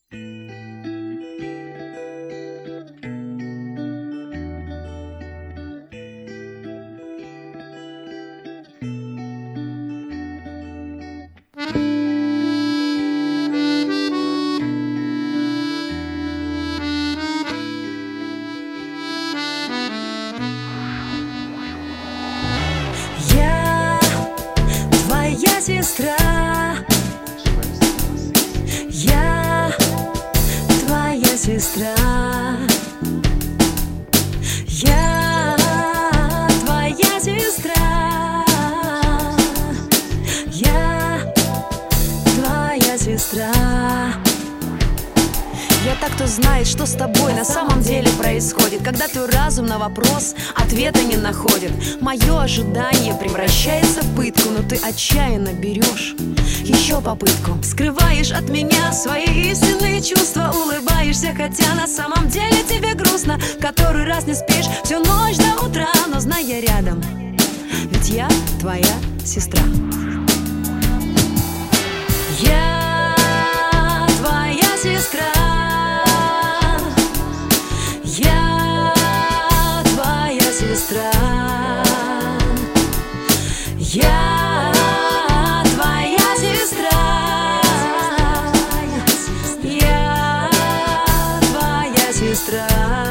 Сестра, я твоя сестра, я твоя сестра, я твоя сестра. Я так, кто знает, что с тобой на самом деле происходит, когда твой разум на вопрос ответа не находит. Мое ожидание превращается в пытку, но ты отчаянно берешь еще попытку. Скрываешь от меня свои истинные чувства, улыбаешься, хотя на самом деле тебе грустно. Который раз не спишь всю ночь до утра, но знай, я рядом, ведь я твоя сестра. Я твоя сестра, я твоя сестра, я твоя сестра, я твоя сестра.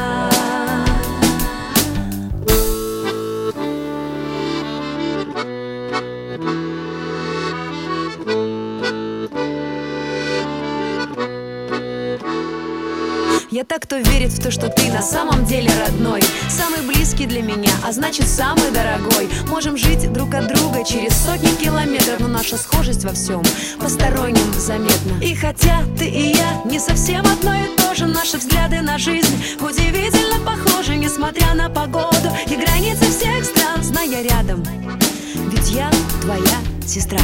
Я так, кто верит в то, что ты на самом деле родной, самый близкий для меня, а значит самый дорогой. Можем жить друг от друга через сотни километров, но наша схожесть во всем посторонним заметна. И хотя ты и я не совсем одно и то же, наши взгляды на жизнь удивительно похожи. Несмотря на погоду и границы всех стран, знай, я рядом, ведь я твоя сестра.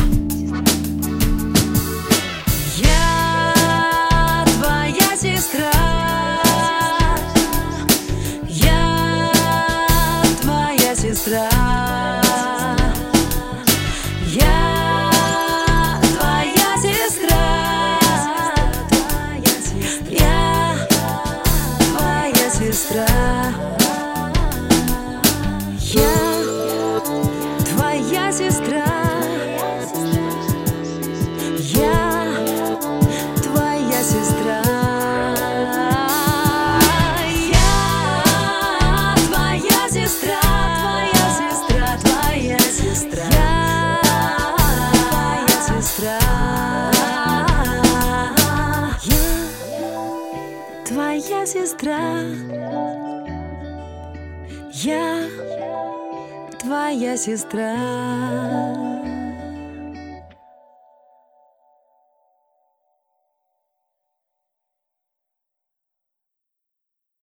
Я твоя сестра, сестра, я твоя сестра, я твоя сестра, я твоя сестра, я твоя сестра. Твоя сестра, я твоя сестра.